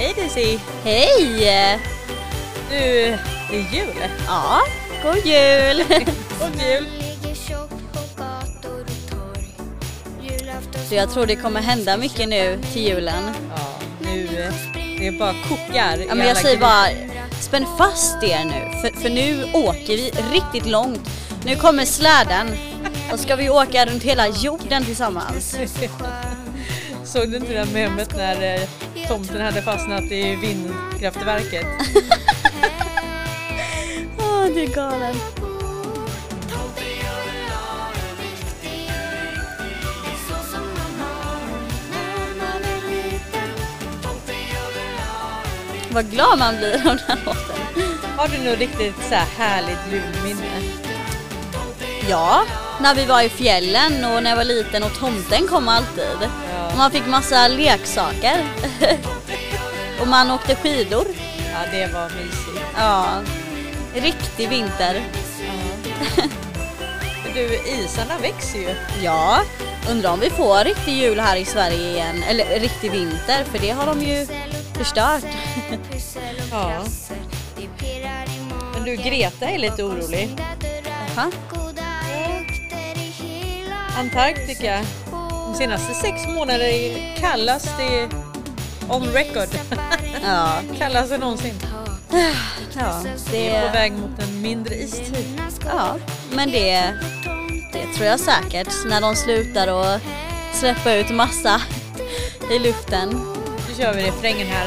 Hej Daisy! Hej! Du, det är jul. Ja, god jul! God jul! Så jag tror det kommer hända mycket nu till julen. Ja, nu det är bara kokar. Ja, men jag säger bara, spänn fast er nu. För nu åker vi riktigt långt. Nu kommer släden. Och ska vi åka runt hela jorden tillsammans. Såg du inte det där memet när tomten hade fastnat i vindkraftverket? Åh, det är galen. Vad glad man blir av den här låten. Har du nog riktigt så här härligt julminne? Ja, när vi var i fjällen och när jag var liten och tomten kom alltid. Ja. Och man fick massa leksaker. Och man åkte skidor. Ja, det var mysigt. Ja, riktig vinter. Ja. Men du, isarna växer ju. Ja, undrar om vi får riktig jul här i Sverige igen. Eller riktig vinter, för det har de ju förstört. Ja. Men du, Greta är lite orolig. Jaha. Antarktika. De senaste 6 månader är kallast on record. Ja, Kallast än någonsin. ja, Vi är på väg mot en mindre istid. ja, men det tror jag säkert när de slutar och släppa ut massa i luften. Nu kör vi refrängen här.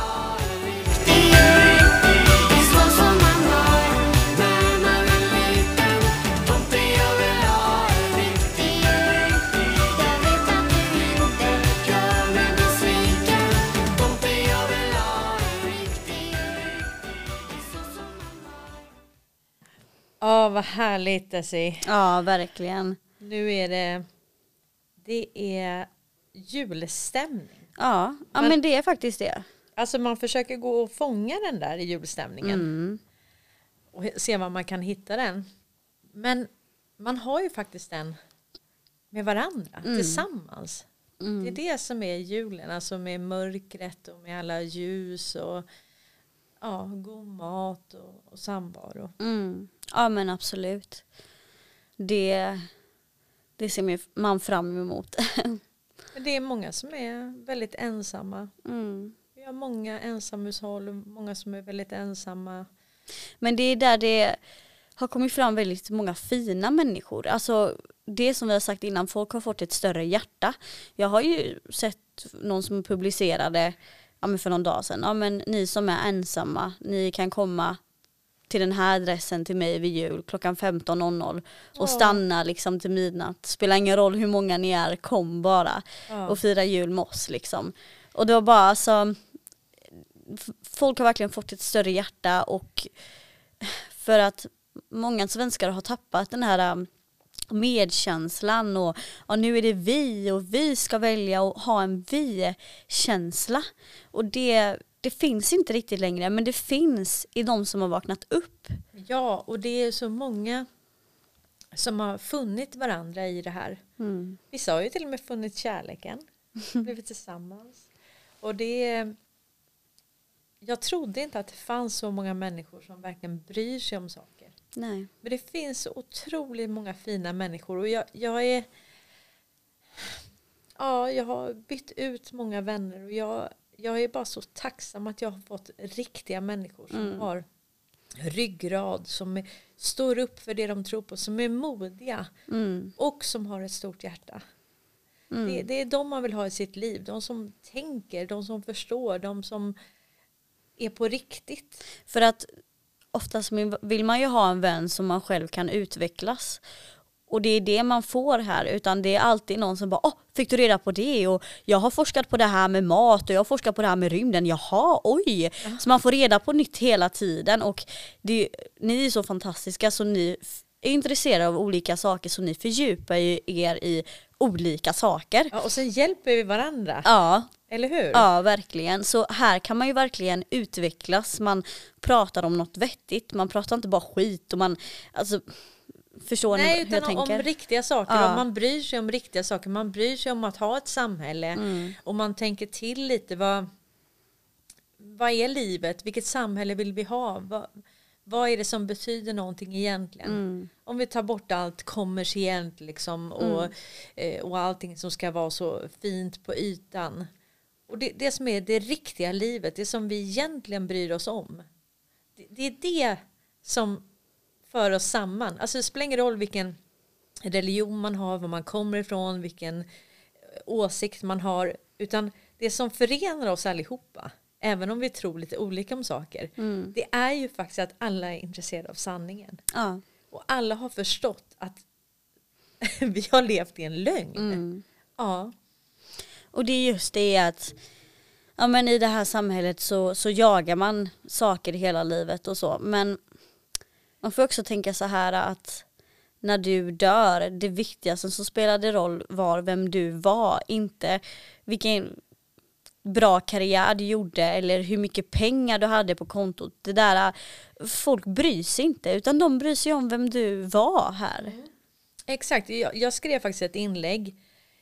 Ja, vad härligt att se. Ja, verkligen. Nu är det är julstämning. Ja, men det är faktiskt det. Alltså man försöker gå och fånga den där julstämningen. Och se var man kan hitta den. Men man har ju faktiskt den med varandra, tillsammans. Det är det som är julen, alltså med mörkret och med alla ljus och god mat och samvaro. Ja, men absolut. Det ser man fram emot. Men det är många som är väldigt ensamma. Vi har många ensamhushåll och många som är väldigt ensamma. Men det är där det har kommit fram väldigt många fina människor. Alltså det som vi har sagt innan, folk har fått ett större hjärta. Jag har ju sett någon som publicerade för någon dag sedan. Ja, men ni som är ensamma, ni kan komma till den här adressen till mig vid jul klockan 15.00 och stanna liksom till midnatt. Spelar ingen roll hur många ni är, kom bara och fira jul med oss liksom. Och det var bara så, folk har verkligen fått ett större hjärta, och för att många svenskar har tappat den här medkänslan och nu är det vi och vi ska välja och ha en vi-känsla, och det finns inte riktigt längre, men det finns i de som har vaknat upp. Ja, och det är så många som har funnit varandra i det här. Vissa har ju till och med funnit kärleken, blivit tillsammans. Och jag trodde inte att det fanns så många människor som verkligen bryr sig om saker. Nej. Men det finns så otroligt många fina människor, och jag har bytt ut många vänner, och jag är bara så tacksam att jag har fått riktiga människor som har ryggrad, som står upp för det de tror på, som är modiga och som har ett stort hjärta. Det är de man vill ha i sitt liv. De som tänker, de som förstår, de som är på riktigt. För att oftast vill man ju ha en vän som man själv kan utvecklas. Och det är det man får här, utan det är alltid någon som bara, fick du reda på det? Och jag har forskat på det här med mat och jag har forskat på det här med rymden. Jaha, oj! Så man får reda på nytt hela tiden, och ni är så fantastiska, så ni är intresserade av olika saker, så ni fördjupar er i olika saker. Ja, och sen hjälper vi varandra. Ja. Eller hur? Ja, verkligen. Så här kan man ju verkligen utvecklas. Man pratar om något vettigt. Man pratar inte bara skit. Och man, förstår ni hur jag tänker? Nej, utan om riktiga saker. Ja. Man bryr sig om riktiga saker. Man bryr sig om att ha ett samhälle. Och man tänker till lite vad är livet? Vilket samhälle vill vi ha? Vad är det som betyder någonting egentligen? Om vi tar bort allt kommersiellt liksom, och allting som ska vara så fint på ytan. Och det som är det riktiga livet, det som vi egentligen bryr oss om. Det är det som för oss samman. Alltså det spelar ingen roll vilken religion man har, var man kommer ifrån, vilken åsikt man har. Utan det som förenar oss allihopa, även om vi tror lite olika om saker, det är ju faktiskt att alla är intresserade av sanningen. Ja. Och alla har förstått att vi har levt i en lögn. Ja. Och det är just det att ja, men i det här samhället så jagar man saker hela livet och så. Men man får också tänka så här att när du dör, det viktigaste som spelade roll var vem du var, inte vilken bra karriär du gjorde eller hur mycket pengar du hade på kontot. Det där, folk bryr sig inte, utan de bryr sig om vem du var här. Exakt, jag skrev faktiskt ett inlägg.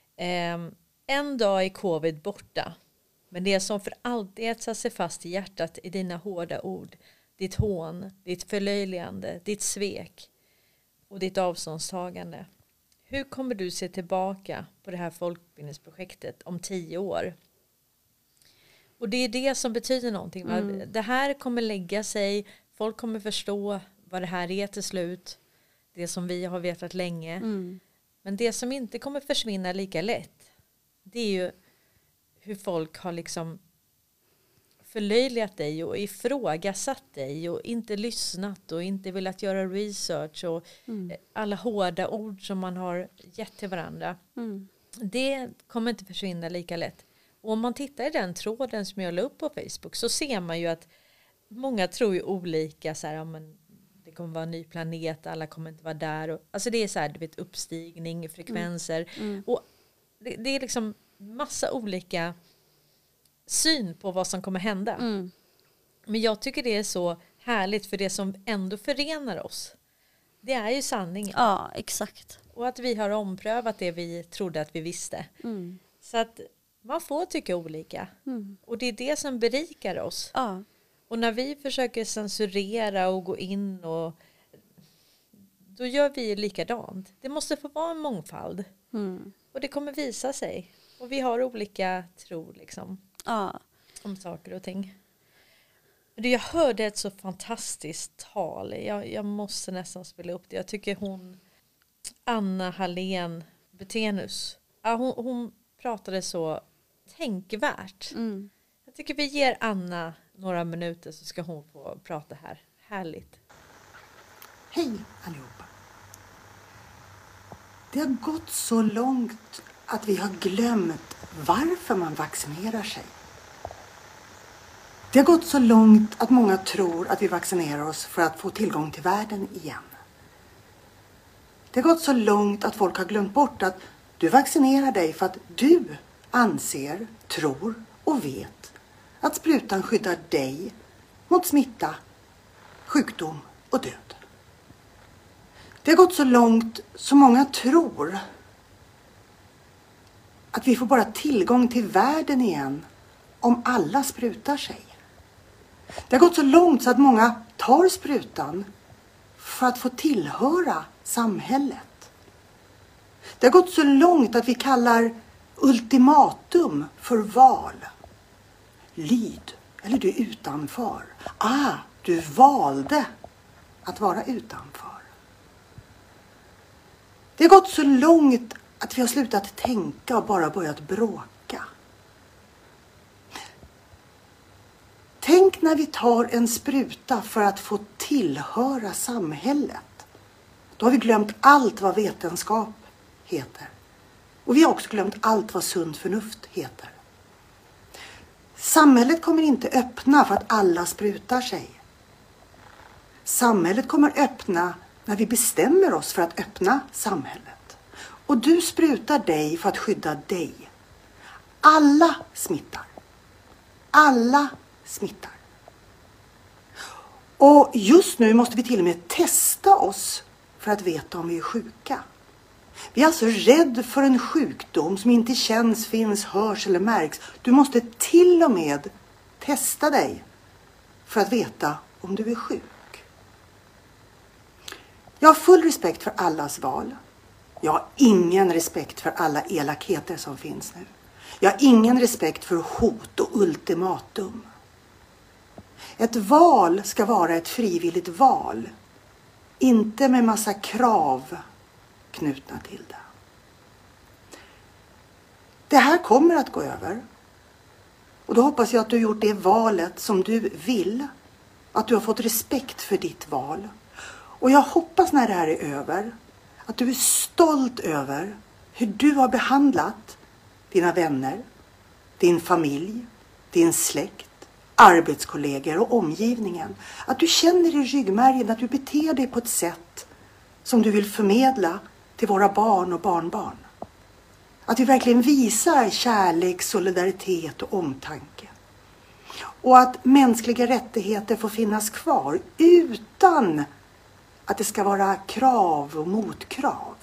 En dag är covid borta, men det som för alltid etsar sig fast i hjärtat är dina hårda ord, ditt hån, ditt förlöjligande, ditt svek och ditt avståndstagande. Hur kommer du se tillbaka på det här folkbildningsprojektet om 10 år? Och det är det som betyder någonting. Det här kommer lägga sig, folk kommer förstå vad det här är till slut. Det som vi har vetat länge. Men det som inte kommer försvinna lika lätt, det är ju hur folk har liksom förlöjligat dig och ifrågasatt dig och inte lyssnat och inte velat göra research och alla hårda ord som man har gett till varandra. Det kommer inte försvinna lika lätt. Och om man tittar i den tråden som jag la upp på Facebook så ser man ju att många tror ju olika så här, ja, men det kommer vara en ny planet, alla kommer inte vara där. Och, alltså det är så här, du vet, uppstigning, frekvenser. Och det är liksom massa olika syn på vad som kommer hända. Men jag tycker det är så härligt, för det som ändå förenar oss, det är ju sanningen. Ja, exakt. Och att vi har omprövat det vi trodde att vi visste. Så att man får tycka olika. Och det är det som berikar oss. Ja. Och när vi försöker censurera och gå in, och då gör vi likadant. Det måste få vara en mångfald. Och det kommer visa sig. Och vi har olika tro liksom. Ja. Om saker och ting. Jag hörde ett så fantastiskt tal. Jag måste nästan spela upp det. Jag tycker Anna Hallén Betenus. Ja, hon pratade så tänkvärt. Jag tycker vi ger Anna några minuter så ska hon få prata här. Härligt. Hej allihopa. Det har gått så långt att vi har glömt varför man vaccinerar sig. Det har gått så långt att många tror att vi vaccinerar oss för att få tillgång till världen igen. Det har gått så långt att folk har glömt bort att du vaccinerar dig för att du anser, tror och vet att sprutan skyddar dig mot smitta, sjukdom och död. Det har gått så långt så många tror att vi får bara tillgång till världen igen om alla sprutar sig. Det har gått så långt så att många tar sprutan för att få tillhöra samhället. Det har gått så långt att vi kallar ultimatum för val. Lyd, eller du är utanför. Du valde att vara utanför. Det har gått så långt att vi har slutat tänka och bara börjat bråka. Tänk när vi tar en spruta för att få tillhöra samhället. Då har vi glömt allt vad vetenskap heter. Och vi har också glömt allt vad sunt förnuft heter. Samhället kommer inte öppna för att alla sprutar sig. Samhället kommer öppna när vi bestämmer oss för att öppna samhället. Och du sprutar dig för att skydda dig. Alla smittar. Alla smittar. Och just nu måste vi till och med testa oss för att veta om vi är sjuka. Vi är alltså rädda för en sjukdom som inte känns, finns, hörs eller märks. Du måste till och med testa dig för att veta om du är sjuk. Jag har full respekt för allas val. Jag har ingen respekt för alla elakheter som finns nu. Jag har ingen respekt för hot och ultimatum. Ett val ska vara ett frivilligt val. Inte med massa krav knutna till det. Det här kommer att gå över. Och då hoppas jag att du har gjort det valet som du vill. Att du har fått respekt för ditt val. Och jag hoppas när det här är över att du är stolt över hur du har behandlat dina vänner, din familj, din släkt, arbetskollegor och omgivningen. Att du känner i ryggmärgen att du beter dig på ett sätt som du vill förmedla till våra barn och barnbarn. Att vi verkligen visar kärlek, solidaritet och omtanke. Och att mänskliga rättigheter får finnas kvar utan att det ska vara krav och motkrav.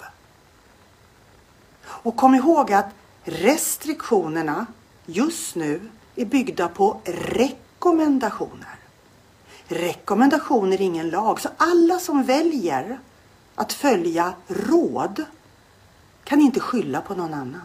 Och kom ihåg att restriktionerna just nu är byggda på rekommendationer. Rekommendationer är ingen lag. Så alla som väljer att följa råd kan inte skylla på någon annan.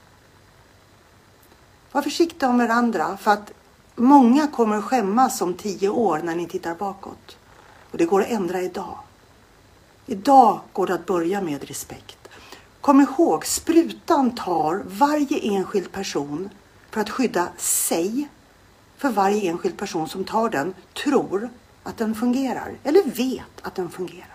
Var försiktiga om varandra för att många kommer att skämmas om 10 år när ni tittar bakåt. Och det går att ändra idag. Idag går det att börja med respekt. Kom ihåg, sprutan tar varje enskild person för att skydda sig. För varje enskild person som tar den tror att den fungerar. Eller vet att den fungerar.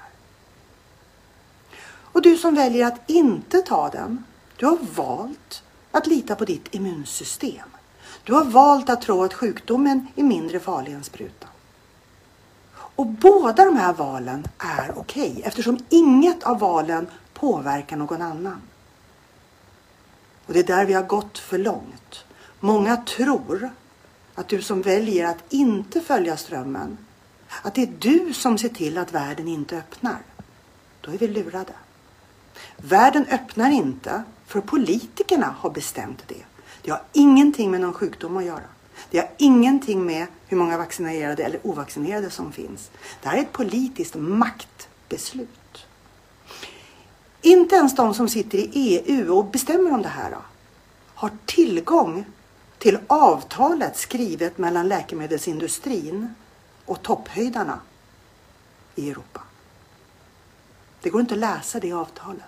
Och du som väljer att inte ta den, du har valt att lita på ditt immunsystem. Du har valt att tro att sjukdomen är mindre farlig än sprutan. Och båda de här valen är okej, eftersom inget av valen påverkar någon annan. Och det är där vi har gått för långt. Många tror att du som väljer att inte följa strömmen, att det är du som ser till att världen inte öppnar. Då är vi lurade. Världen öppnar inte för politikerna har bestämt det. Det har ingenting med någon sjukdom att göra. Det har ingenting med hur många vaccinerade eller ovaccinerade som finns. Det här är ett politiskt maktbeslut. Inte ens de som sitter i EU och bestämmer om det här har tillgång till avtalet skrivet mellan läkemedelsindustrin och topphöjdarna i Europa. Det går inte att läsa det avtalet.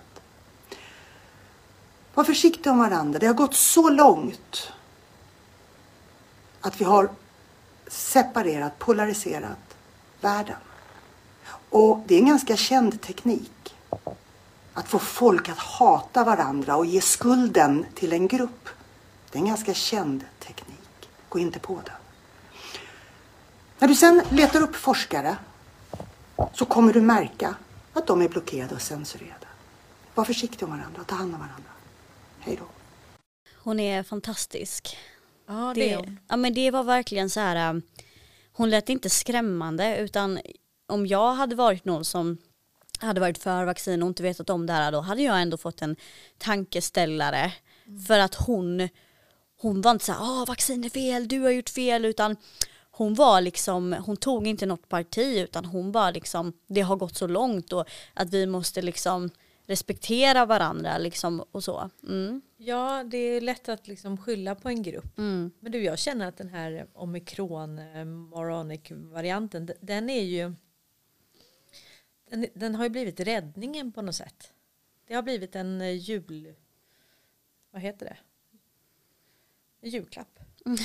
Var försiktiga om varandra. Det har gått så långt att vi har separerat, polariserat världen. Och det är en ganska känd teknik. Att få folk att hata varandra och ge skulden till en grupp. Det är en ganska känd teknik. Gå inte på den. När du sen letar upp forskare så kommer du märka att de är blockerade och censurerade. Var försiktiga om varandra, ta hand om varandra. Hej då. Hon är fantastisk. Ja, det är hon. Ja, men det var verkligen så här. Hon lät inte skrämmande, utan om jag hade varit någon som hade varit för vaccin och inte vetat om det här, då hade jag ändå fått en tankeställare. För att hon var inte så här, vaccin är fel, du har gjort fel, utan hon var liksom, hon tog inte något parti, utan hon bara liksom, det har gått så långt och att vi måste liksom respektera varandra liksom och så. Mm. Ja, det är lätt att liksom skylla på en grupp. Mm. Men du, jag känner att den här omikron moronic-varianten, den är ju den har ju blivit räddningen på något sätt. Det har blivit en vad heter det? En julklapp.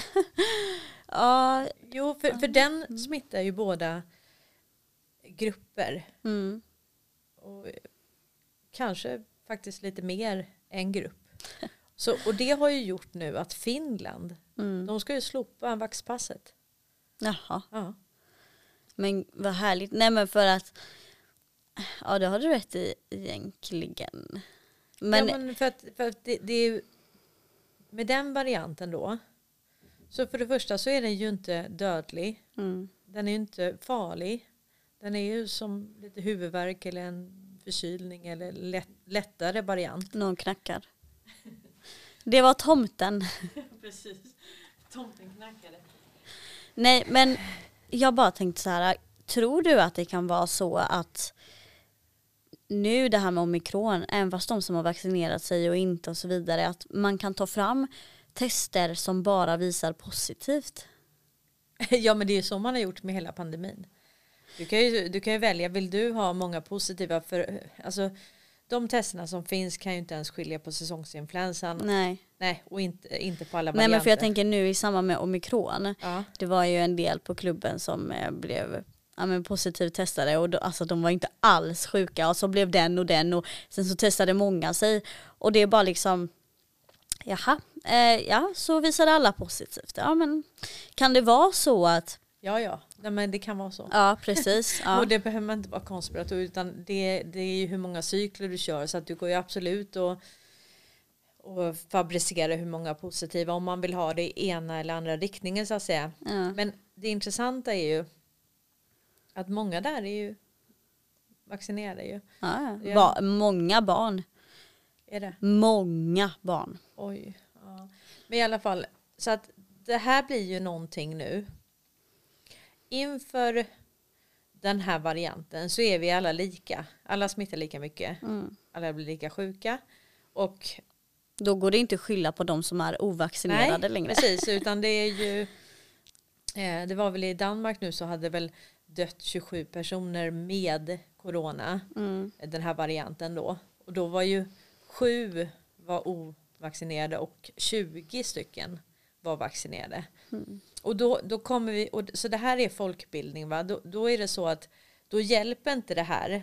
Ja. Jo, för den smittar ju båda grupper. Mm. Och kanske faktiskt lite mer än grupp. Och det har ju gjort nu att Finland, de ska ju slopa vaxpasset. Jaha. Ja. Men vad härligt. Nej, men för att ja, det har du rätt i egentligen. Men, ja, men för att det är ju med den varianten då. Så för det första så är den ju inte dödlig. Den är ju inte farlig. Den är ju som lite huvudvärk eller en förkylning eller lättare variant. någon knackar. Det var tomten. Precis. Tomten knackade. Nej, men jag bara tänkte så här, tror du att det kan vara så att nu det här med omikron, även fast de som har vaccinerat sig och inte och så vidare, att man kan ta fram tester som bara visar positivt? Ja, men det är ju så man har gjort med hela pandemin. Du kan ju välja, vill du ha många positiva, för alltså de testerna som finns kan ju inte ens skilja på säsongsinfluensan. Nej, och inte på alla varianter. Nej, men för jag tänker nu i samband med omikron, ja. Det var ju en del på klubben som blev positivt testade och då, alltså de var inte alls sjuka, och så blev den och sen så testade många sig, och det är bara liksom ja, så visade alla positivt. Ja, men kan det vara så att Ja, men det kan vara så. Ja, precis. Ja. Och det behöver man inte vara konspirator, utan det är ju hur många cykler du kör, så att du går ju absolut och fabricera hur många positiva, om man vill ha det i ena eller andra riktningen så att säga. Ja. Men det intressanta är ju att många där är ju vaccinerade ju. Ja. Många barn. Är det? Många barn. Oj. Ja. Men i alla fall, så att det här blir ju någonting nu. Inför den här varianten så är vi alla lika. Alla smittar lika mycket. Alla blir lika sjuka. Och då går det inte att skylla på de som är ovaccinerade längre. Precis, utan det är ju det var väl i Danmark nu, så hade väl dött 27 personer med corona, den här varianten då. Och då var ju 7 var ovaccinerade och 20 stycken var vaccinerade. Och då kommer vi, och så det här är folkbildning, va? Då är det så att då hjälper inte det här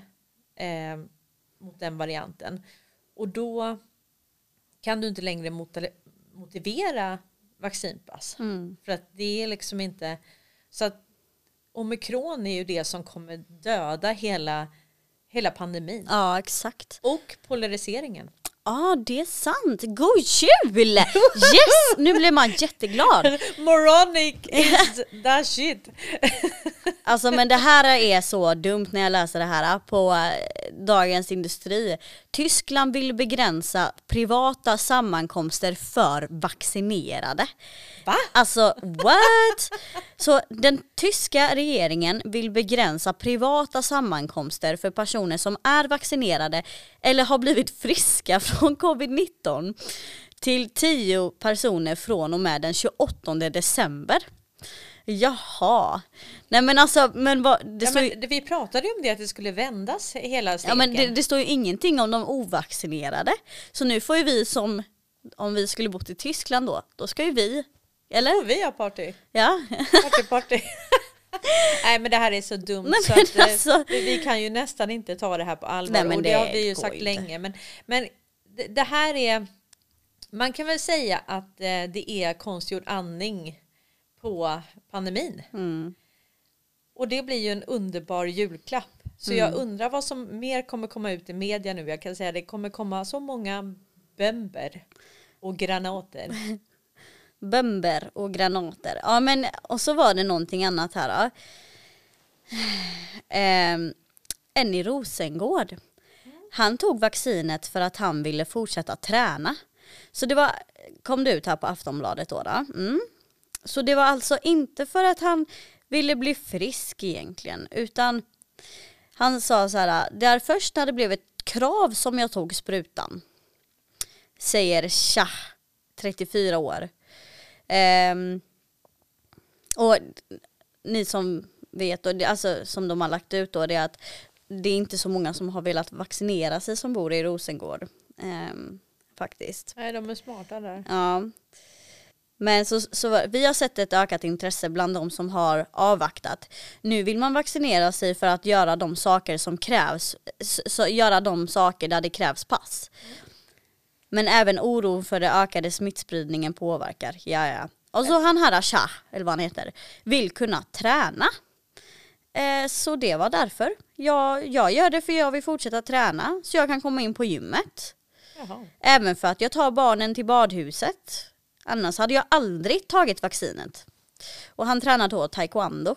mot den varianten. Och då kan du inte längre motivera vaccinpass. För att det är liksom inte, så att omikron är ju det som kommer döda hela pandemin. Ja, exakt. Och polariseringen. Ja, det är sant. God jul! Yes! Nu blir man jätteglad. Moronic is that shit. Alltså, men det här är så dumt när jag läser det här på Dagens Industri. Tyskland vill begränsa privata sammankomster för vaccinerade. Va? Alltså, what? Så den tyska regeringen vill begränsa privata sammankomster för personer som är vaccinerade eller har blivit friska från covid-19 till 10 personer från och med den 28 december. Jaha. Nej, men alltså, men vad, vi pratade ju om det, att det skulle vändas hela cirkeln. Ja, men det står ju ingenting om de ovaccinerade. Så nu får ju vi, som om vi skulle bort i Tyskland då ska ju vi, eller? Vi har party. Ja. Party. Nej, men det här är så dumt. Nej, så att, alltså, vi kan ju nästan inte ta det här på allvar. Nej, men och det har vi ju sagt inte länge. Men det här är, man kan väl säga att det är konstgjord andning på pandemin. Och det blir ju en underbar julklapp. Så jag undrar vad som mer kommer komma ut i media nu. Jag kan säga att det kommer komma så många bömber och granater. Bömber och granater. Ja, men och så var det någonting annat här då. En i Rosengård. Han tog vaccinet för att han ville fortsätta träna. Så det kom det ut här på Aftonbladet då. Så det var alltså inte för att han ville bli frisk egentligen, utan han sa så här: där först när det blev ett krav som jag tog sprutan, säger Shah, 34 år. Och ni som vet, och det, alltså, som de har lagt ut då, det är att det är inte så många som har velat vaccinera sig som bor i Rosengård. Faktiskt. Nej, de är smarta där. Ja. Men så vi har sett ett ökat intresse bland de som har avvaktat. Nu vill man vaccinera sig för att göra de saker som krävs, göra de saker där det krävs pass. Men även oro för det ökade smittspridningen påverkar. Ja. Och så han här Shah, eller vad han heter, vill kunna träna. Så det var därför. Jag gör det för jag vill fortsätta träna så jag kan komma in på gymmet. Jaha. Även för att jag tar barnen till badhuset. Annars hade jag aldrig tagit vaccinet. Och han tränar då taekwondo.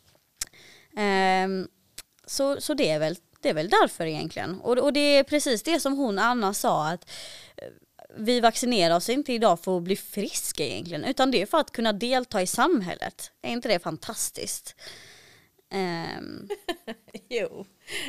Så det är väl därför egentligen. Och det är precis det som hon Anna sa, att vi vaccinerar oss inte idag för att bli friska egentligen, utan det är för att kunna delta i samhället. Är inte det fantastiskt? Jo.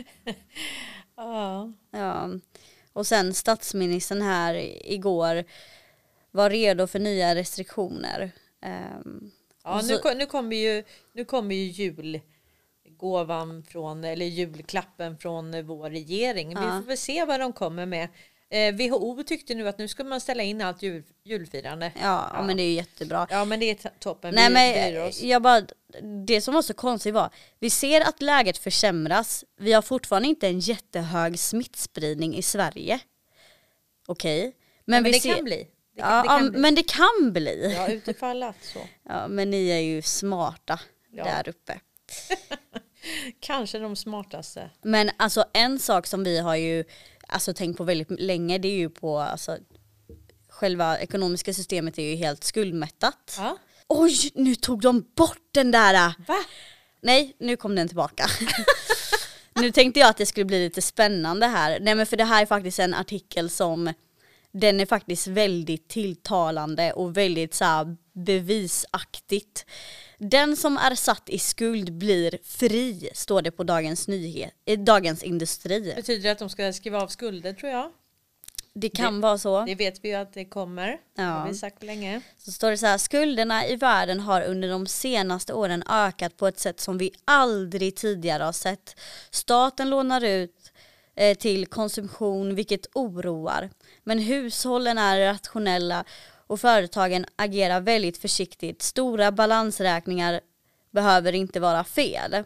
Ja. Ja. Och sen statsministern här igår var redo för nya restriktioner. Ja, nu kommer ju julgåvan eller julklappen från vår regering. Vi får väl se vad de kommer med. WHO tyckte nu att nu ska man ställa in allt julfirande. Ja, men det är ju jättebra. Ja, men det är toppen. Det som var så konstigt var, vi ser att läget försämras. Vi har fortfarande inte en jättehög smittspridning i Sverige. Okej. Men det kan bli. Men det kan bli. Ja, utifall att så. Ja, men ni är ju smarta där uppe. Kanske de smartaste. Men alltså en sak som vi har ju tänkt på väldigt länge, det är ju på själva ekonomiska systemet är ju helt skuldmättat. Ja. Oj, nu tog de bort den där. Va? Nej, nu kom den tillbaka. Nu tänkte jag att det skulle bli lite spännande här. Nej, men för det här är faktiskt en artikel som den är faktiskt väldigt tilltalande och väldigt så här bevisaktigt. Den som är satt i skuld blir fri, står det på Dagens Industri. Betyder det att de ska skriva av skulder, tror jag? Det kan vara så. Det vet vi ju att det kommer. Ja. Det har vi sagt länge. Så står det så här: skulderna i världen har under de senaste åren ökat på ett sätt som vi aldrig tidigare har sett. Staten lånar ut till konsumtion, vilket oroar. Men hushållen är rationella och företagen agerar väldigt försiktigt. Stora balansräkningar behöver inte vara fel.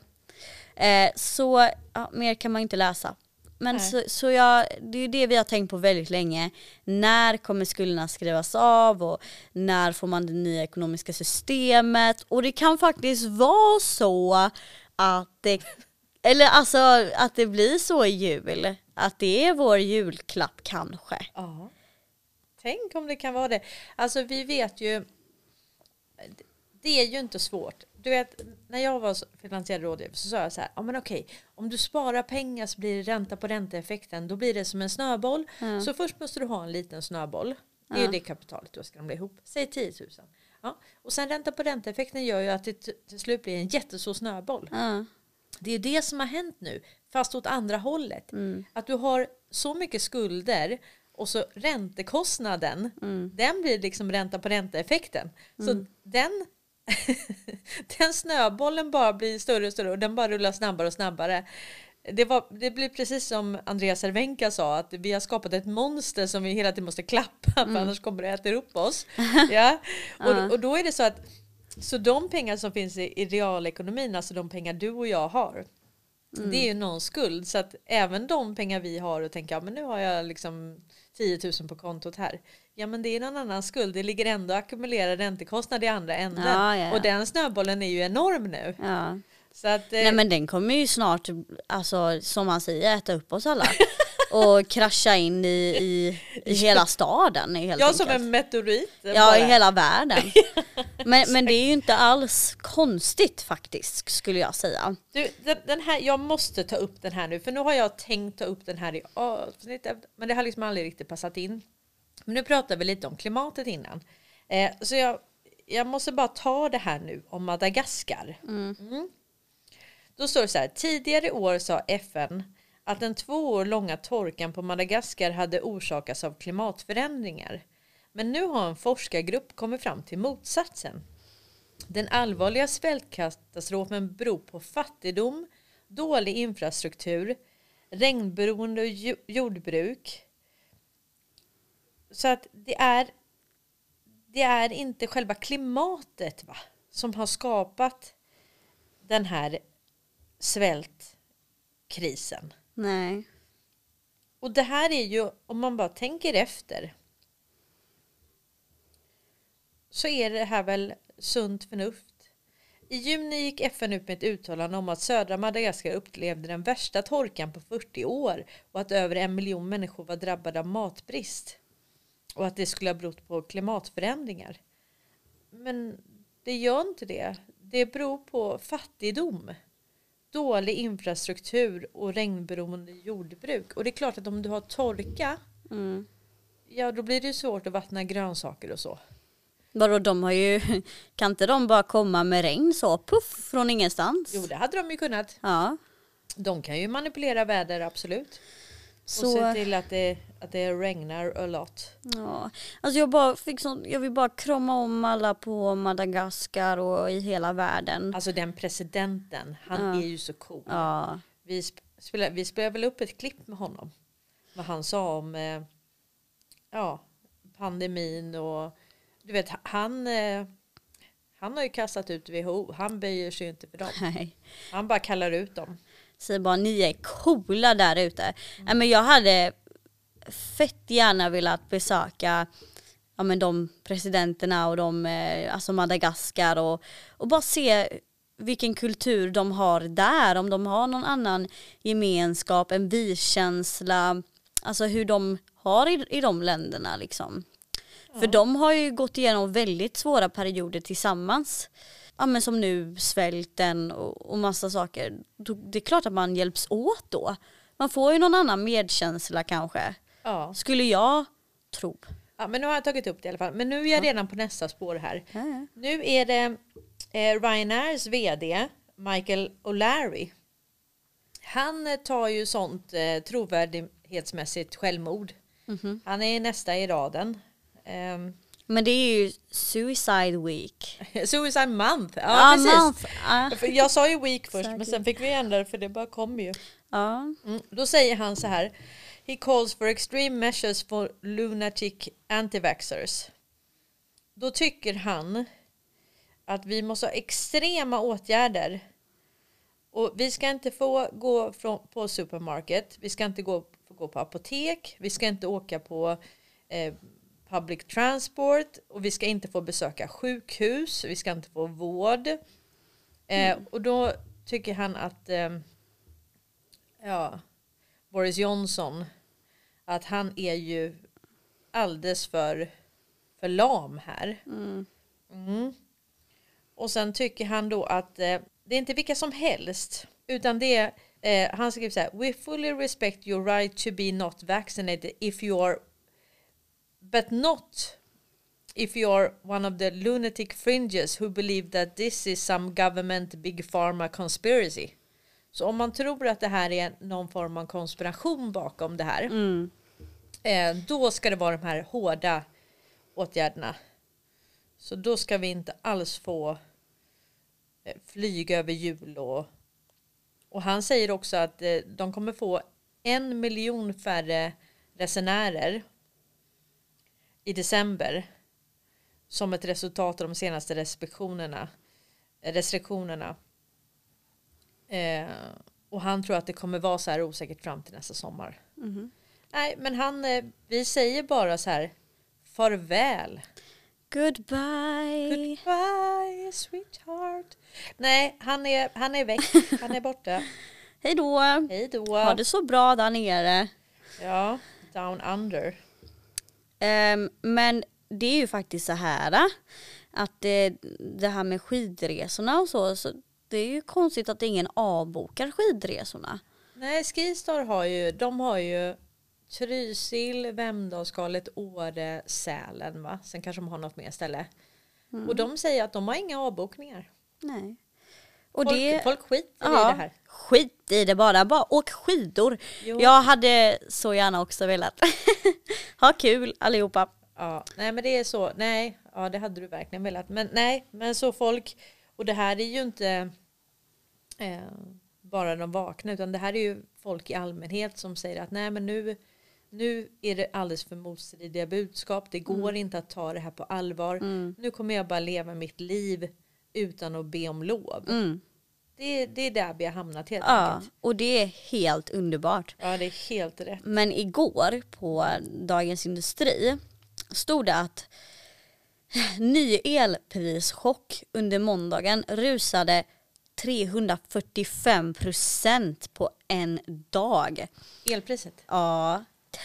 Mer kan man inte läsa. Men det är det vi har tänkt på väldigt länge. När kommer skulderna skrivas av och när får man det nya ekonomiska systemet? Och det kan faktiskt vara så att att det blir så i jul. Att det är vår julklapp kanske. Ja. Tänk om det kan vara det. Alltså vi vet ju, det är ju inte svårt. Du vet, när jag var finansiell rådgivare så sa jag så här, ja men okej, om du sparar pengar så blir det ränta på ränteeffekten, då blir det som en snöboll. Så först måste du ha en liten snöboll. Det är ju det kapitalet du ska ramla ihop. Säg 10 000. Ja. Och sen ränta på ränteeffekten gör ju att det till slut blir en jättestor snöboll. Det är det som har hänt nu, fast åt andra hållet. Att du har så mycket skulder och så räntekostnaden, den blir liksom ränta på ränteeffekten. Så den snöbollen bara blir större och större och den bara rullar snabbare och snabbare. Det blir precis som Andreas Cervenka sa, att vi har skapat ett monster som vi hela tiden måste klappa för annars kommer det äta upp oss. Ja? Och då är det så att så de pengar som finns i realekonomin, alltså de pengar du och jag har, det är ju någon skuld. Så att även de pengar vi har och tänker, ja men nu har jag liksom 10 000 på kontot här. Ja men det är någon annan skuld. Det ligger ändå ackumulerad räntekostnad i andra änden. Ja. Och den snöbollen är ju enorm nu. Ja. Så att, nej men den kommer ju snart, alltså som man säger, äta upp oss alla. Och krascha in i hela staden helt enkelt. Som en meteorit. Ja, i hela världen. men det är ju inte alls konstigt faktiskt, skulle jag säga. Du, den här, jag måste ta upp den här nu. För nu har jag tänkt ta upp den här i avsnittet. Men det har liksom aldrig riktigt passat in. Men nu pratar vi lite om klimatet innan. Så jag måste bara ta det här nu om Madagaskar. Då står det så här: tidigare år sa FN att den 2 år långa torkan på Madagaskar hade orsakats av klimatförändringar. Men nu har en forskargrupp kommit fram till motsatsen. Den allvarliga svältkatastrofen beror på fattigdom, dålig infrastruktur, regnberoende jordbruk. Så att det är inte själva klimatet som har skapat den här svältkrisen. Nej. Och det här är ju, om man bara tänker efter, så är det här väl sunt förnuft. I juni gick FN ut med ett uttalande om att södra Madagaskar upplevde den värsta torkan på 40 år och att över 1 miljon människor var drabbade av matbrist. Och att det skulle ha berott på klimatförändringar. Men det gör inte det. Det beror på fattigdom, dålig infrastruktur och regnberoende jordbruk. Och det är klart att om du har torka, Ja, då blir det ju svårt att vattna grönsaker och så. Vadå, de har ju, kan inte de bara komma med regn så, puff, från ingenstans? Jo, det hade de ju kunnat. Ja. De kan ju manipulera väder, absolut. Så, och se till att det regnar a lot. ja. Alltså jag vill bara krama om alla på Madagaskar och i hela världen. Alltså den presidenten, han är ju så cool. Ja. Vi spelade väl upp ett klipp med honom. Vad han sa om pandemin och du vet, han har ju kastat ut WHO. Han böjer sig inte för dem. Nej. Han bara kallar ut dem. Säger bara, ni är coola där ute. Nej, men jag hade fett gärna velat besöka de presidenterna och alltså Madagaskar och bara se vilken kultur de har där. Om de har någon annan gemenskap, en vi-känsla. Alltså hur de har i de länderna liksom. Ja. För de har ju gått igenom väldigt svåra perioder tillsammans. Ja, men som nu svälten och massa saker. Det är klart att man hjälps åt då. Man får ju någon annan medkänsla kanske. Ja. Skulle jag tro. Ja, men nu har jag tagit upp det i alla fall. Men nu är jag redan på nästa spår här. Ja. Nu är det Ryanairs vd Michael O'Leary. Han tar ju sånt trovärdighetsmässigt självmord. Mm-hmm. Han är nästa i raden. Men det är ju Suicide Week. Suicide Month. Ja, precis. Month. Jag sa ju week först, men sen fick vi ändra det för det bara kom ju. Ja. Då säger han så här. He calls for extreme measures for lunatic anti-vaxxers. Då tycker han att vi måste ha extrema åtgärder. Och vi ska inte få gå på supermarket. Vi ska inte få gå på apotek. Vi ska inte åka på public transport. Och vi ska inte få besöka sjukhus. Vi ska inte få vård. Och då tycker han att Boris Johnson, att han är ju alldeles för lam här. Och sen tycker han då att det är inte vilka som helst, utan det är, han skriver så här: we fully respect your right to be not vaccinated if you are, but not if you are one of the lunatic fringes who believe that this is some government big pharma conspiracy. Så om man tror att det här är någon form av konspiration bakom det här, då ska det vara de här hårda åtgärderna. Så då ska vi inte alls få flyga över jul. Och han säger också att de kommer få 1 miljon färre resenärer i december som ett resultat av de senaste restriktionerna. Och han tror att det kommer vara så här osäkert fram till nästa sommar. Nej, men vi säger bara så här: farväl. Goodbye, sweetheart. Nej, han är väck. Han är borta. Hej då. Ha det så bra där nere. Ja, down under. Men det är ju faktiskt så här att det här med skidresorna och så det är ju konstigt att ingen avbokar skidresorna. Nej, Skistar har ju Trysil, Vemdalsskalet, Åre, Sälen, va? Sen kanske de har något mer ställe. Och de säger att de har inga avbokningar. Nej. Och folk skiter i det här. Skit i det bara åk skidor. Jo. Jag hade så gärna också velat ha kul allihopa. Ja, nej men det är så. Nej, ja det hade du verkligen velat. Men nej, men så folk, och det här är ju inte bara de vakna, utan det här är ju folk i allmänhet som säger att nej men nu är det alldeles för motstridiga budskap. Det går inte att ta det här på allvar. Nu kommer jag bara leva mitt liv utan att be om lov. Det är där vi har hamnat helt enkelt. Och det är helt underbart. Ja, det är helt rätt. Men igår på Dagens Industri stod det att ny elprischock under måndagen rusade 345% på en dag. Elpriset? Ja,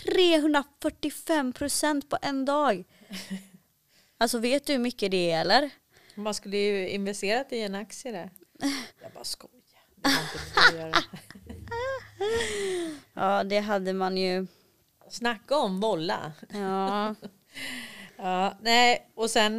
345% på en dag. Alltså vet du hur mycket det är eller? Man skulle ju investerat i en aktie där. Jag bara skojar. Det var inte det att göra. Ja, det hade man ju Snacka om bolla. Ja. Ja, nej, och sen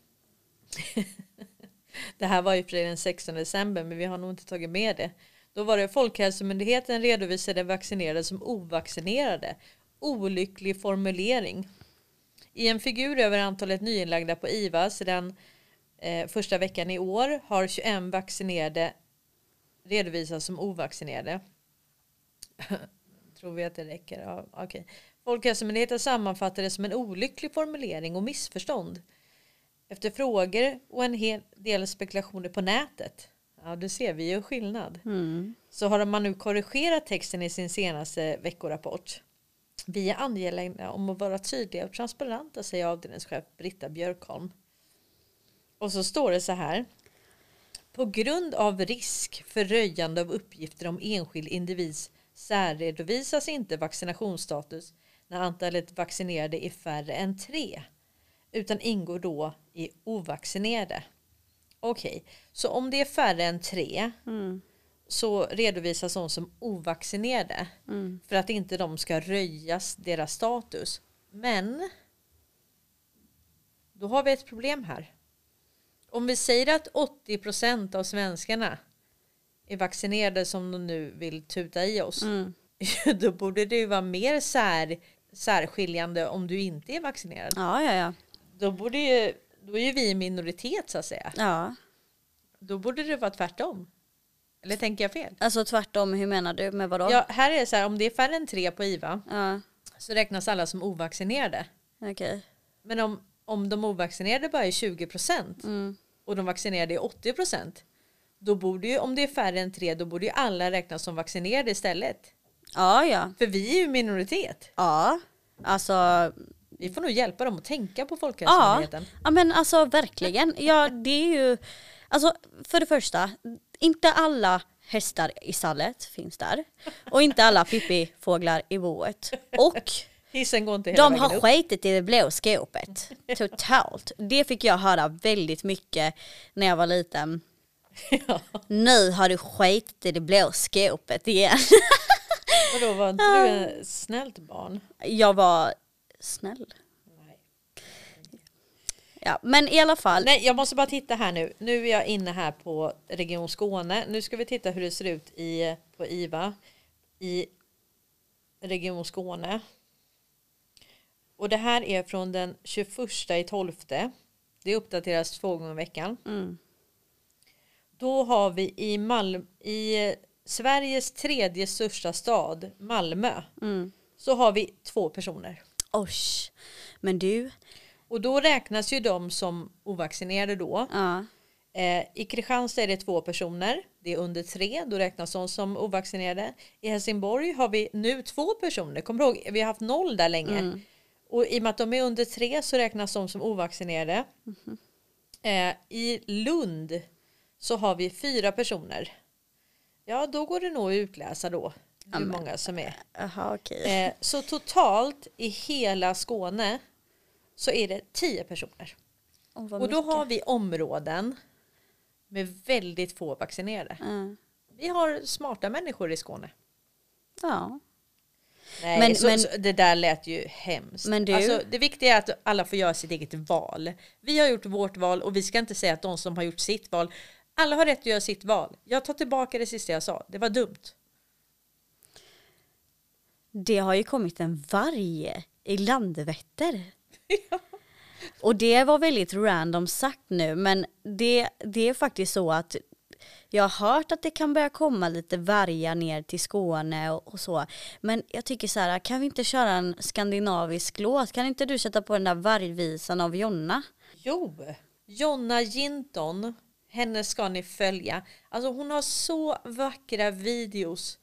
det här var ju för den 16 december, men vi har nog inte tagit med det. Då var det Folkhälsomyndigheten redovisade vaccinerade som ovaccinerade. Olycklig formulering. I en figur över antalet nyinlagda på IVA sedan första veckan i år har 21 vaccinerade redovisats som ovaccinerade. Tror vi att det räcker? Ja, okay. Folkhälsomyndigheten sammanfattar det som en olycklig formulering och missförstånd. Efter frågor och en hel del spekulationer på nätet. Ja, det ser vi ju skillnad. Så har man nu korrigerat texten i sin senaste veckorapport. Vi är angelägna om att vara tydliga och transparenta, säger avdelningschef Britta Björkholm. Och så står det så här. På grund av risk för röjande av uppgifter om enskild individs särredovisas inte vaccinationsstatus när antalet vaccinerade är färre än 3, utan ingår då i ovaccinerade. Okej, så om det är färre än 3 så redovisas de som ovaccinerade för att inte de ska röjas deras status. Men då har vi ett problem här. Om vi säger att 80% av svenskarna är vaccinerade som de nu vill tuta i oss, då borde det ju vara mer särskiljande om du inte är vaccinerad. Ja. Då är ju vi i minoritet så att säga. Ja. Då borde det vara tvärtom. Eller tänker jag fel? Alltså tvärtom, hur menar du? Med vadå? Ja, här är det så här, om det är färre än 3 på IVA så räknas alla som ovaccinerade. Okej. Men om de ovaccinerade bara är 20% och de vaccinerade är 80%, då borde ju, om det är färre än 3, då borde ju alla räknas som vaccinerade istället. Ja. För vi är ju minoritet. Ja, alltså... Vi får nog hjälpa dem att tänka på Folkhälsomyndigheten. Ja, men alltså verkligen. Ja, det är ju... Alltså, för det första, inte alla hästar i stallet finns där. Och inte alla pippifåglar i boet. Och hissen går inte hela de vägen har upp. skitit i det blå skåpet. Totalt. Det fick jag höra väldigt mycket när jag var liten. Ja. Nu har du skitit i det blå skåpet igen. Och då var inte du ett snällt barn? Jag var snäll. Nej. Ja, men i alla fall. Nej, jag måste bara titta här nu. Nu är jag inne här på Region Skåne. Nu ska vi titta hur det ser ut på IVA i Region Skåne. Och det här är från den 21/12. Det uppdateras 2 gånger i veckan. Då har vi i Sveriges 3:e största stad, Malmö, så har vi 2 personer. Osh. Men du. Och då räknas ju de som ovaccinerade då. Ja. I Kristianstad är det 2 personer. Det är under 3. Då räknas de som ovaccinerade. I Helsingborg har vi nu 2 personer. Kommer du ihåg? Vi har haft 0 där länge. Och i och med att de är under 3 så räknas de som ovaccinerade. I Lund så har vi 4 personer. Ja, då går det nog att utläsa då hur många som är. Aha, okay. Så totalt i hela Skåne så är det 10 personer. Och då har vi områden med väldigt få vaccinerade. Vi har smarta människor i Skåne. Ja. Nej, men så det där lät ju hemskt. Men du... alltså, det viktiga är att alla får göra sitt eget val. Vi har gjort vårt val och vi ska inte säga att de som har gjort sitt val. Alla har rätt att göra sitt val. Jag tar tillbaka det sista jag sa. Det var dumt. Det har ju kommit en varg i Landvetter. Och det var väldigt random sagt nu. Men det är faktiskt så att jag har hört att det kan börja komma lite vargar ner till Skåne och så. Men jag tycker så här, kan vi inte köra en skandinavisk låt? Kan inte du sätta på den där vargvisan av Jonna? Jo, Jonna Jinton. Henne ska ni följa. Alltså hon har så vackra videos.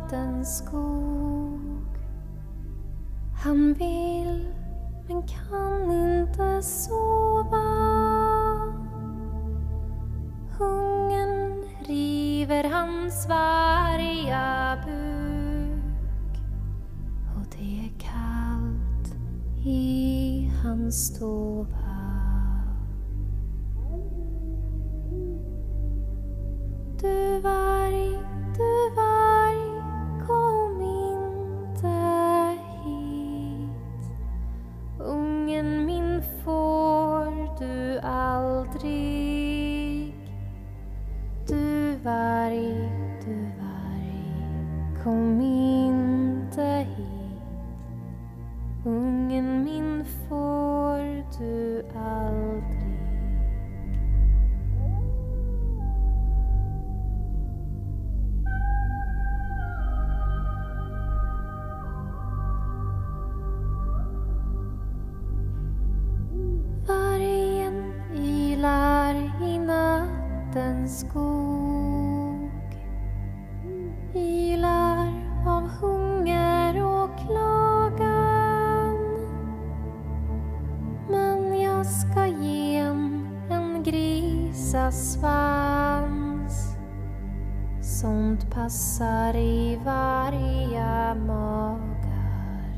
nattens skog. Han vill men kan inte sova. Hungern river hans varga buk. Och det är kallt i hans stova. Du varg, kom inte hit. Ungen min får du aldrig. Du varg, kom inte hit. Ungen min får du aldrig. Vargen ylar i nattens skog. Ylar av hunger och klagan. Men jag ska ge en grisasvans. Sånt passar i varje magar.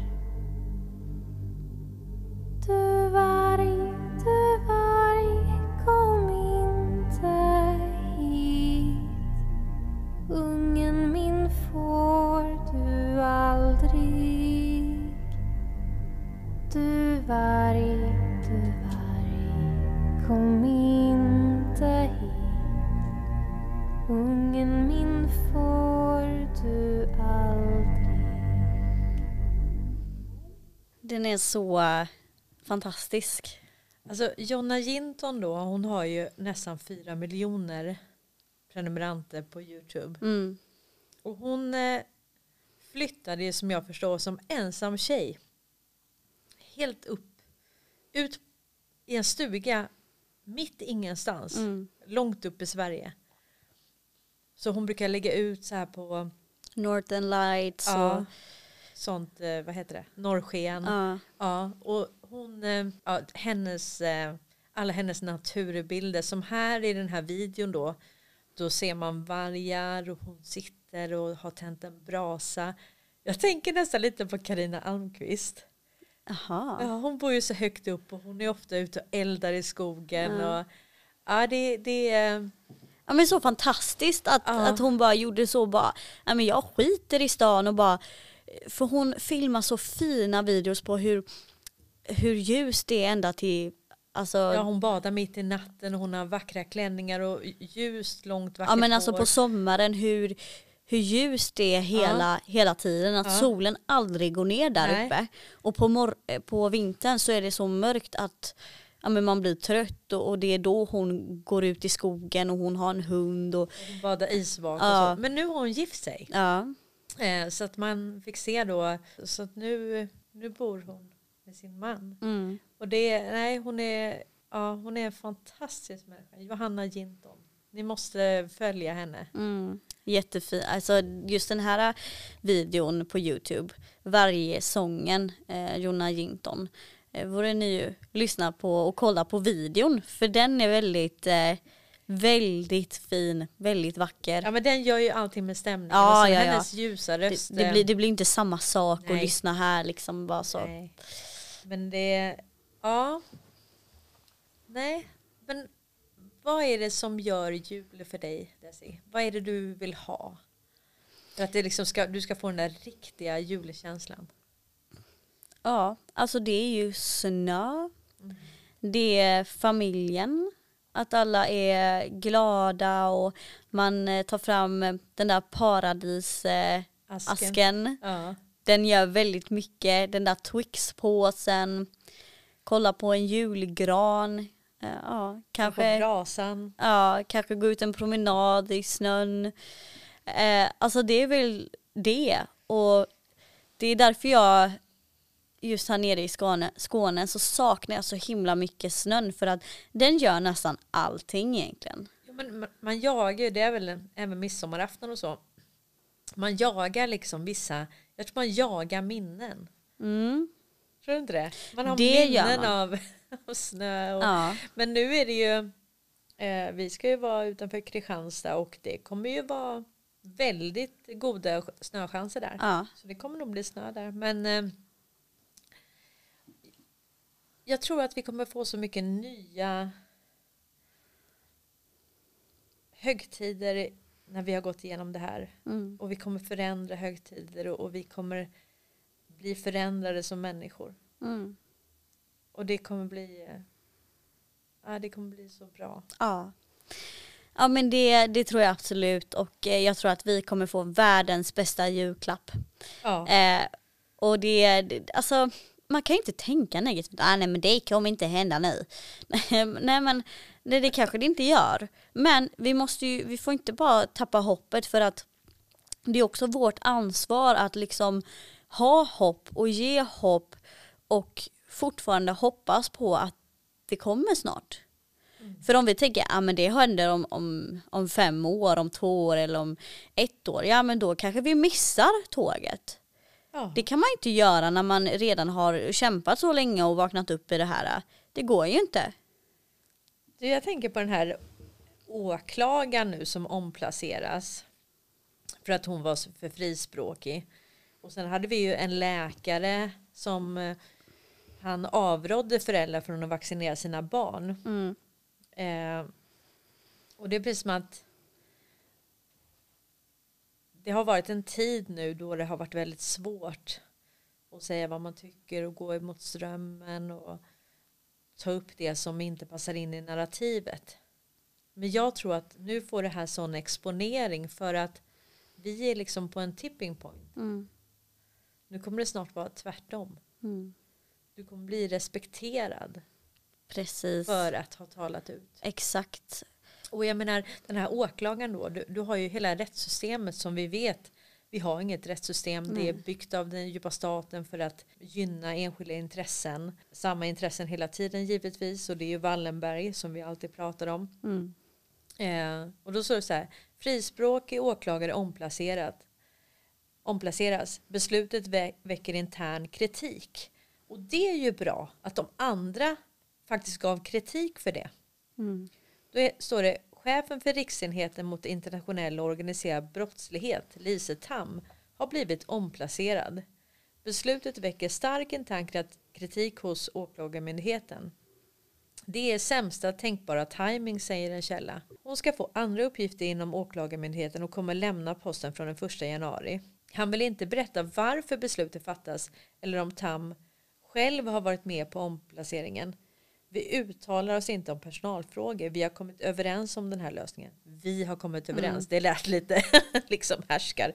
Du varg, kom inte hit. Ungen min får du aldrig. Du varg, kom inte hit. Ungen min får du aldrig. Den är så fantastisk. Alltså Jonna Jinton då, hon har ju nästan 4 miljoner prenumeranter på YouTube. Mm. Och hon flyttade ju som jag förstår som ensam tjej. Helt ut i en stuga mitt ingenstans. Långt upp i Sverige. Så hon brukar lägga ut så här på Northern Lights och sånt, vad heter det? Norrsken. Ja, och hon, alla hennes naturbilder som här i den här videon då ser man vargar och hon sitter och har tänt en brasa. Jag tänker nästan lite på Carina Almqvist. Aha. Ja, hon bor ju så högt upp och hon är ofta ute och eldar i skogen. Och, ja, det är... Ja, men så fantastiskt att hon bara gjorde så bara, ja, men jag skiter i stan och bara, för hon filmar så fina videos på hur ljust det är ända till, alltså. Ja, hon badar mitt i natten och hon har vackra klänningar och ljust, långt vackert. Ja, men alltså hår. på sommaren hur ljust det är hela tiden, att solen aldrig går ner där uppe. Och på vintern så är det så mörkt att men man blir trött och det är då hon går ut i skogen och hon har en hund. Och hon badar isvak och så. Men nu har hon gift sig. Ja. Så att man fick se då, så att nu bor hon med sin man. Och hon är en fantastisk människa. Johanna Jinton. Ni måste följa henne. Jättefin. Alltså just den här videon på YouTube, varje sången, Jonna Jinton, borde ni ju lyssna på och kolla på videon, för den är väldigt väldigt fin, väldigt vacker. Ja, men den gör ju allting med stämningen. Ja, hennes ljusa röst. Det blir inte samma sak att lyssna här liksom bara så. Nej. Men men vad är det som gör jul för dig, Desi? Vad är det du vill ha? För att det liksom du ska få den där riktiga julkänslan. Ja, alltså det är ju snö. Det är familjen. Att alla är glada och man tar fram den där paradisasken. Ja. Den gör väldigt mycket. Den där Twix-påsen. Kolla på en julgran. Kanske på brasan. Ja, kanske gå ut en promenad i snön. Alltså det är väl det. Och det är därför jag just här nere i Skåne så saknar jag så himla mycket snön, för att den gör nästan allting egentligen. Ja, men man jagar ju, det är väl även midsommarafton och så. man jagar liksom vissa, jag tror man jagar minnen. Tror du inte det? Man har Det minnen av snö. Men nu är det ju, vi ska ju vara utanför Kristianstad och det kommer ju vara väldigt goda snöchanser där. Ja. Så det kommer nog bli snö där. Men jag tror att vi kommer få så mycket nya högtider när vi har gått igenom det här. Och vi kommer förändra högtider och vi kommer bli förändrade som människor. Och det kommer bli så bra. Ja, men det tror jag absolut. Och jag tror att vi kommer få världens bästa julklapp. Ja. Och alltså, man kan ju inte tänka negativt. Nej, men det kommer inte hända nu. Nej, men det kanske det inte gör. Men vi får inte bara tappa hoppet, för att det är också vårt ansvar att liksom ha hopp och ge hopp och fortfarande hoppas på att det kommer snart. För om vi tänker, men det händer om 5 år, om 2 år eller om 1 år, ja men då kanske vi missar tåget. Ja. Det kan man inte göra när man redan har kämpat så länge och vaknat upp i det här. Det går ju inte. Jag tänker på den här åklagaren nu som omplaceras för att hon var för frispråkig. Och sen hade vi ju en läkare som han avrådde föräldrar från att vaccinera sina barn. Och det är precis som att det har varit en tid nu då det har varit väldigt svårt att säga vad man tycker och gå emot strömmen och ta upp det som inte passar in i narrativet. Men jag tror att nu får det här sån exponering för att vi är liksom på en tipping point. Nu kommer det snart vara tvärtom. Du kommer bli respekterad. Precis. För att ha talat ut. Exakt. Och jag menar, den här åklagaren då, du har ju hela rättssystemet som vi vet. Vi har inget rättssystem. Det är byggt av den djupa staten för att gynna enskilda intressen. Samma intressen hela tiden givetvis. Och det är ju Wallenberg som vi alltid pratar om. Och då står det så här. Frispråkig åklagare omplaceras. Beslutet väcker intern kritik. Och det är ju bra att de andra faktiskt gav kritik för det. Då står det: chefen för riksenheten mot internationell och organiserad brottslighet, Lise Tam, har blivit omplacerad. Beslutet väcker stark intern kritik hos åklagarmyndigheten. Det är sämsta tänkbara timing, säger en källa. Hon ska få andra uppgifter inom åklagarmyndigheten och kommer lämna posten från den 1 januari. Han vill inte berätta varför beslutet fattas eller om Tam själv har varit med på omplaceringen. Vi uttalar oss inte om personalfrågor. Vi har kommit överens om den här lösningen. Vi har kommit överens. Det lät lite liksom härskar.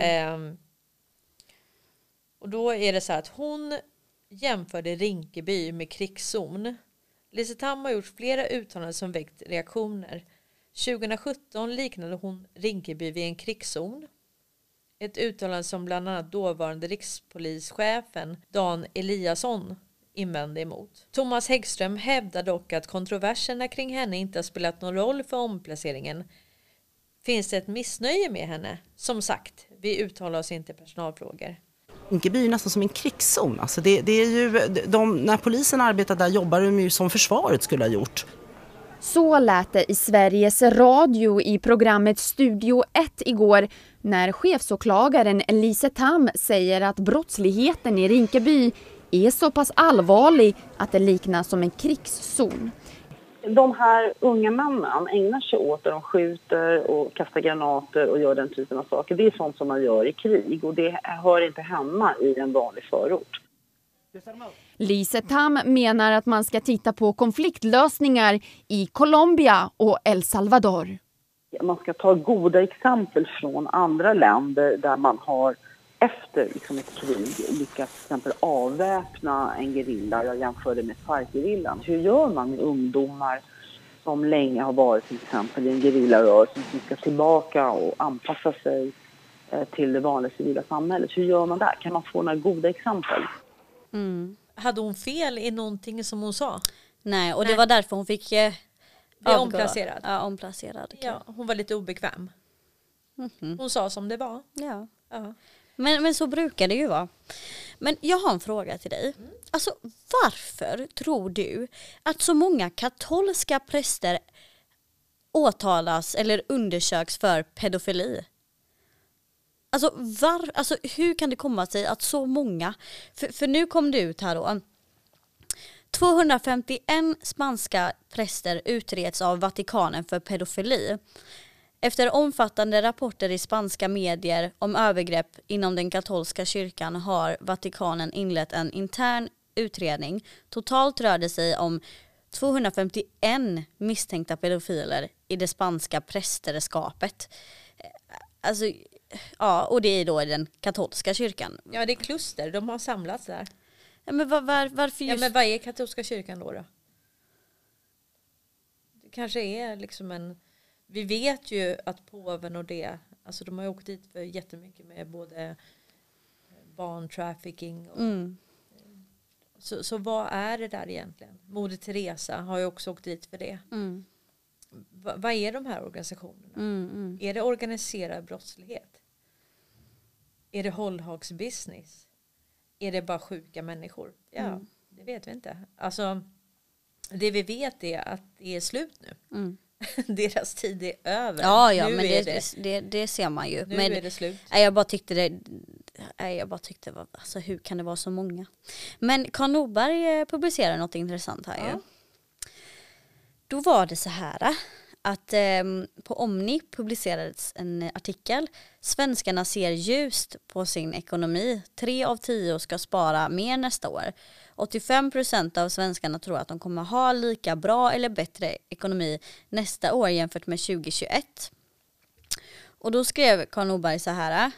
Och då är det så här att hon jämförde Rinkeby med krigszon. Lise Tam har gjort flera uttalanden som väckt reaktioner. 2017 liknade hon Rinkeby vid en krigszon. Ett uttalande som bland annat dåvarande rikspolischefen Dan Eliasson invände emot. Thomas Häggström hävdar dock att kontroverserna kring henne inte har spelat någon roll för omplaceringen. Finns det ett missnöje med henne? Som sagt, vi uttalar oss inte i personalfrågor. Rinkeby är nästan som en krigszon. Alltså det är ju, när polisen arbetar där jobbar de ju som försvaret skulle ha gjort. Så lät det i Sveriges Radio i programmet Studio 1 igår när chefsåklagaren Lise Tam säger att brottsligheten i Rinkeby är så pass allvarlig att det liknas som en krigszon. De här unga männen ägnar sig åt att de skjuter och kastar granater och gör den typen av saker. Det är sånt som man gör i krig och det hör inte hemma i en vanlig förort. Lise Tam menar att man ska titta på konfliktlösningar i Colombia och El Salvador. Man ska ta goda exempel från andra länder där man har efter ett krig lyckats till exempel avväpna en gerilla. Jag jämförde med FARC-gerillan. Hur gör man med ungdomar som länge har varit till exempel i en gerillarörelse som ska tillbaka och anpassa sig till det vanliga civila samhället? Hur gör man där? Kan man få några goda exempel? Hade hon fel i någonting som hon sa? Nej, och det var därför hon fick bli omplacerad. Ja, omplacerad. Ja, hon var lite obekväm. Hon sa som det var. Ja. Ja. Men så brukar det ju vara. Men jag har en fråga till dig. Alltså varför tror du att så många katolska präster åtalas eller undersöks för pedofili? Alltså hur kan det komma sig att så många, för nu kom det ut här då, 251 spanska präster utreds av Vatikanen för pedofili. Efter omfattande rapporter i spanska medier om övergrepp inom den katolska kyrkan har Vatikanen inlett en intern utredning. Totalt rör det sig om 251 misstänkta pedofiler i det spanska prästerskapet. Alltså, ja, och det är då i den katolska kyrkan. Ja, det är kluster. De har samlats där. Ja, men varför just... Ja, men vad är katolska kyrkan då? Det kanske är liksom en... Vi vet ju att påven och det, alltså de har ju åkt dit för jättemycket med både barntrafficking och så vad är det där egentligen? Moder Teresa har ju också åkt dit för det. Vad är de här organisationerna? Är det organiserad brottslighet? Är det hållhagsbusiness? Är det bara sjuka människor? Ja, det vet vi inte. Alltså, det vi vet är att det är slut nu. Deras tid är över. Ja, nu men är det ser man ju. Nu men är det slut. Jag bara tyckte alltså hur kan det vara så många? Men Karl Norberg publicerade något intressant här ju. Då var det så här att på Omni publicerades en artikel. Svenskarna ser ljust på sin ekonomi. 3 av 10 ska spara mer nästa år. 85% av svenskarna tror att de kommer ha lika bra eller bättre ekonomi nästa år jämfört med 2021. Och då skrev Karl Norberg så här.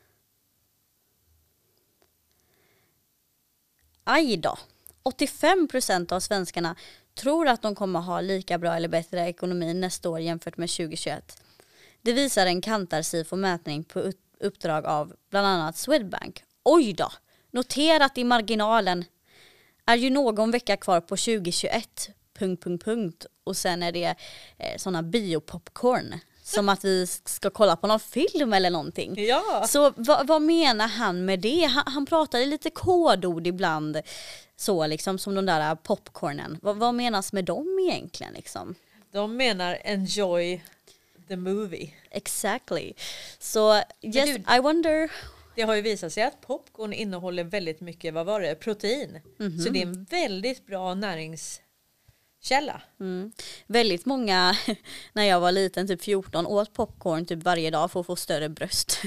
Aj då. 85% av svenskarna tror att de kommer ha lika bra eller bättre ekonomi nästa år jämfört med 2021. Det visar en Kantar-SIFO-mätning på uppdrag av bland annat Swedbank. Oj då! Noterat i marginalen är ju någon vecka kvar på 2021. ... Och sen är det såna biopopcorn. Som att vi ska kolla på någon film eller någonting. Ja. Så vad menar han med det? Han pratar lite kodord ibland. Så liksom som de där popcornen. Vad menas med dem egentligen liksom? De menar enjoy the movie. Exactly. Så yes, I wonder... Det har ju visat sig att popcorn innehåller väldigt mycket, vad var det? Protein. Så det är en väldigt bra näringskälla. Väldigt många, när jag var liten, typ 14, åt popcorn typ varje dag för att få större bröst.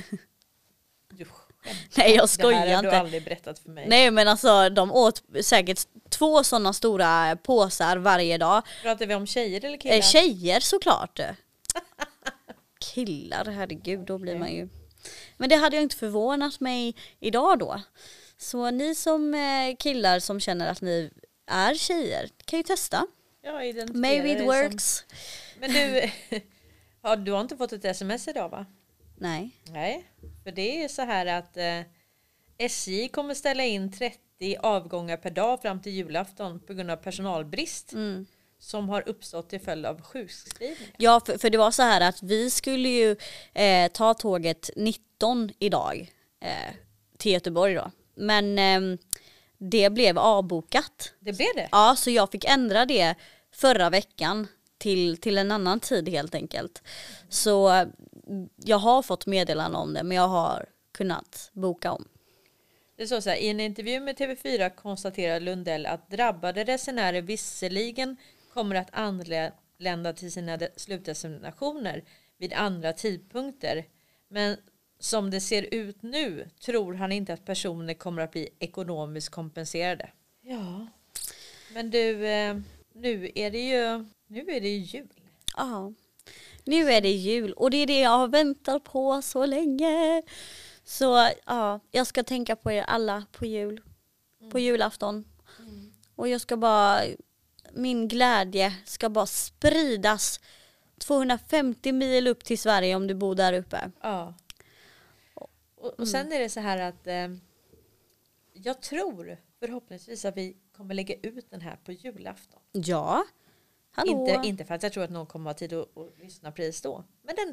Nej, jag skojar inte. Det här har du aldrig berättat för mig. Nej, men alltså de åt säkert 2 sådana stora påsar varje dag. Pratar vi om tjejer eller killar? Tjejer såklart. Killar, herregud, då blir man ju... Men det hade jag inte förvånat mig idag då. Så ni som killar som känner att ni är tjejer kan ju testa. Ja, maybe it works. Men du har inte fått ett sms idag va? Nej. Nej, för det är så här att SJ kommer ställa in 30 avgångar per dag fram till julafton på grund av personalbrist. Som har uppstått till följd av sjukskrivningar. Ja, för det var så här att vi skulle ju ta tåget 19 idag till Göteborg då. Men det blev avbokat. Det blev det? Ja, så jag fick ändra det förra veckan till en annan tid helt enkelt. Så jag har fått meddelande om det, men jag har kunnat boka om. Det står så här, i en intervju med TV4 konstaterar Lundell att drabbade resenärer visserligen kommer att anlända till sina slutdestinationer vid andra tidpunkter. Men som det ser ut nu tror han inte att personer kommer att bli ekonomiskt kompenserade. Ja. Men du, nu är det ju jul. Ja. Nu är det jul och det är det jag har väntat på så länge. Så ja, jag ska tänka på er alla på jul. På julafton. Och jag ska bara... Min glädje ska bara spridas 250 mil upp till Sverige om du bor där uppe. Ja. Och sen är det så här att jag tror förhoppningsvis att vi kommer lägga ut den här på julafton. Ja. Hallå. Inte för att jag tror att någon kommer ha tid att lyssna precis då. Men ändå.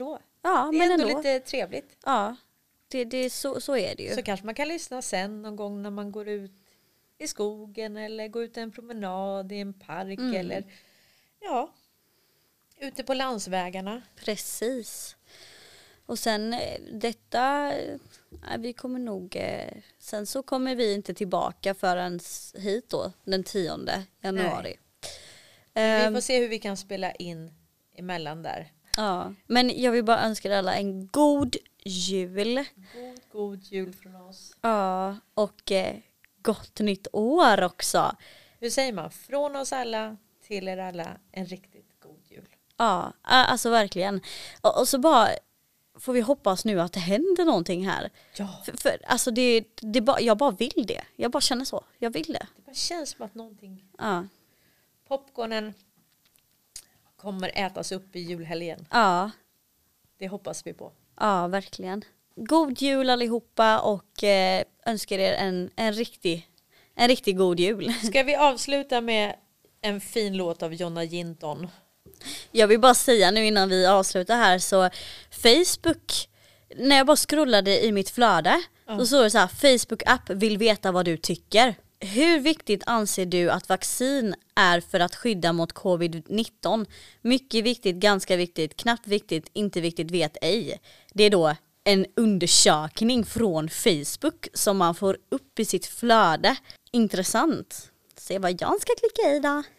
Ja, det är men ändå ändå. lite trevligt. Ja, så är det ju. Så kanske man kan lyssna sen någon gång när man går ut i skogen eller går ut en promenad i en park eller ja, ute på landsvägarna. Precis. Och sen detta, vi kommer nog, sen så kommer vi inte tillbaka förrän hit då, den 10 januari. Vi får se hur vi kan spela in emellan där. Ja, men jag vill bara önska er alla en god jul. God jul från oss. Ja, och gott nytt år också. Hur säger man? Från oss alla till er alla en riktigt god jul. Ja, alltså verkligen. Och så bara får vi hoppas nu att det händer någonting här. Ja. För alltså jag bara vill det. Jag bara känner så. Jag vill det. Det bara känns som att någonting... Ja. Popcornen kommer ätas upp i julhelgen. Ja. Det hoppas vi på. Ja, verkligen. God jul allihopa och önskar er en riktig god jul. Ska vi avsluta med en fin låt av Jonna Jinton? Jag vill bara säga nu innan vi avslutar här så Facebook, när jag bara scrollade i mitt flöde så står det så här: Facebook-app vill veta vad du tycker. Hur viktigt anser du att vaccin är för att skydda mot covid-19? Mycket viktigt, ganska viktigt, knappt viktigt, inte viktigt, vet ej. Det är då en undersökning från Facebook som man får upp i sitt flöde. Intressant. Se vad jag ska klicka i då.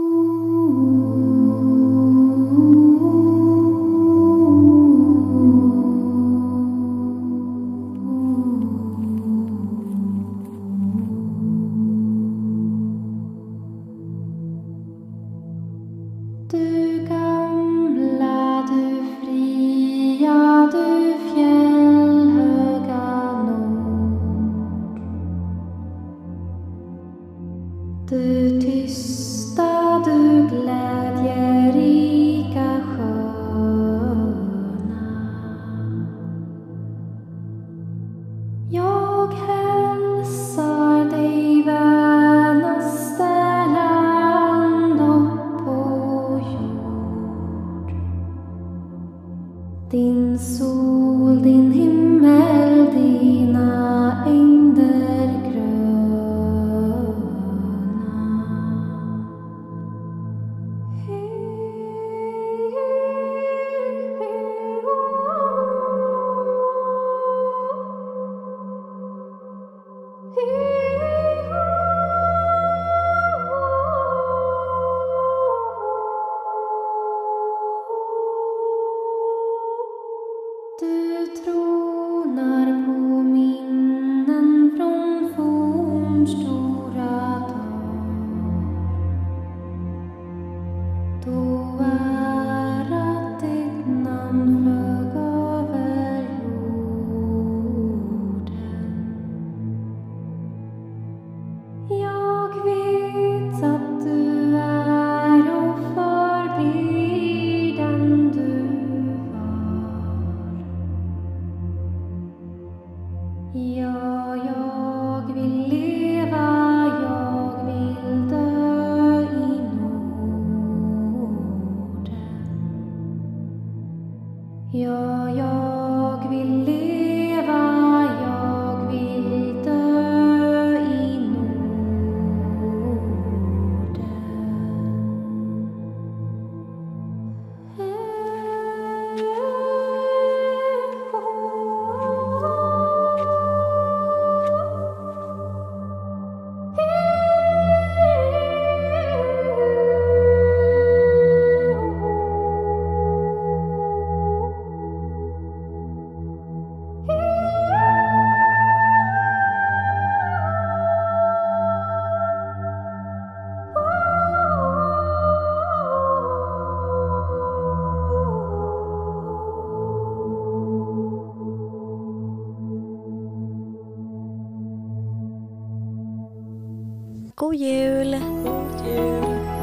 Du gamla, du fria, du fjällhöga nord. Du tysta, du glädjerika sköna. Jag hälsar dig vänaste land på jord. Din sol, din himmel, dina ängder gröna. Du tronar på minnen från fornstora dagar. Då ärat ditt namn flög över jorden. Jag vet att du är och förblir den du var. Ja, jag vill leva, jag vill dö i Norden. Ja, jag vill leva, jag vill dö i God jul! God jul!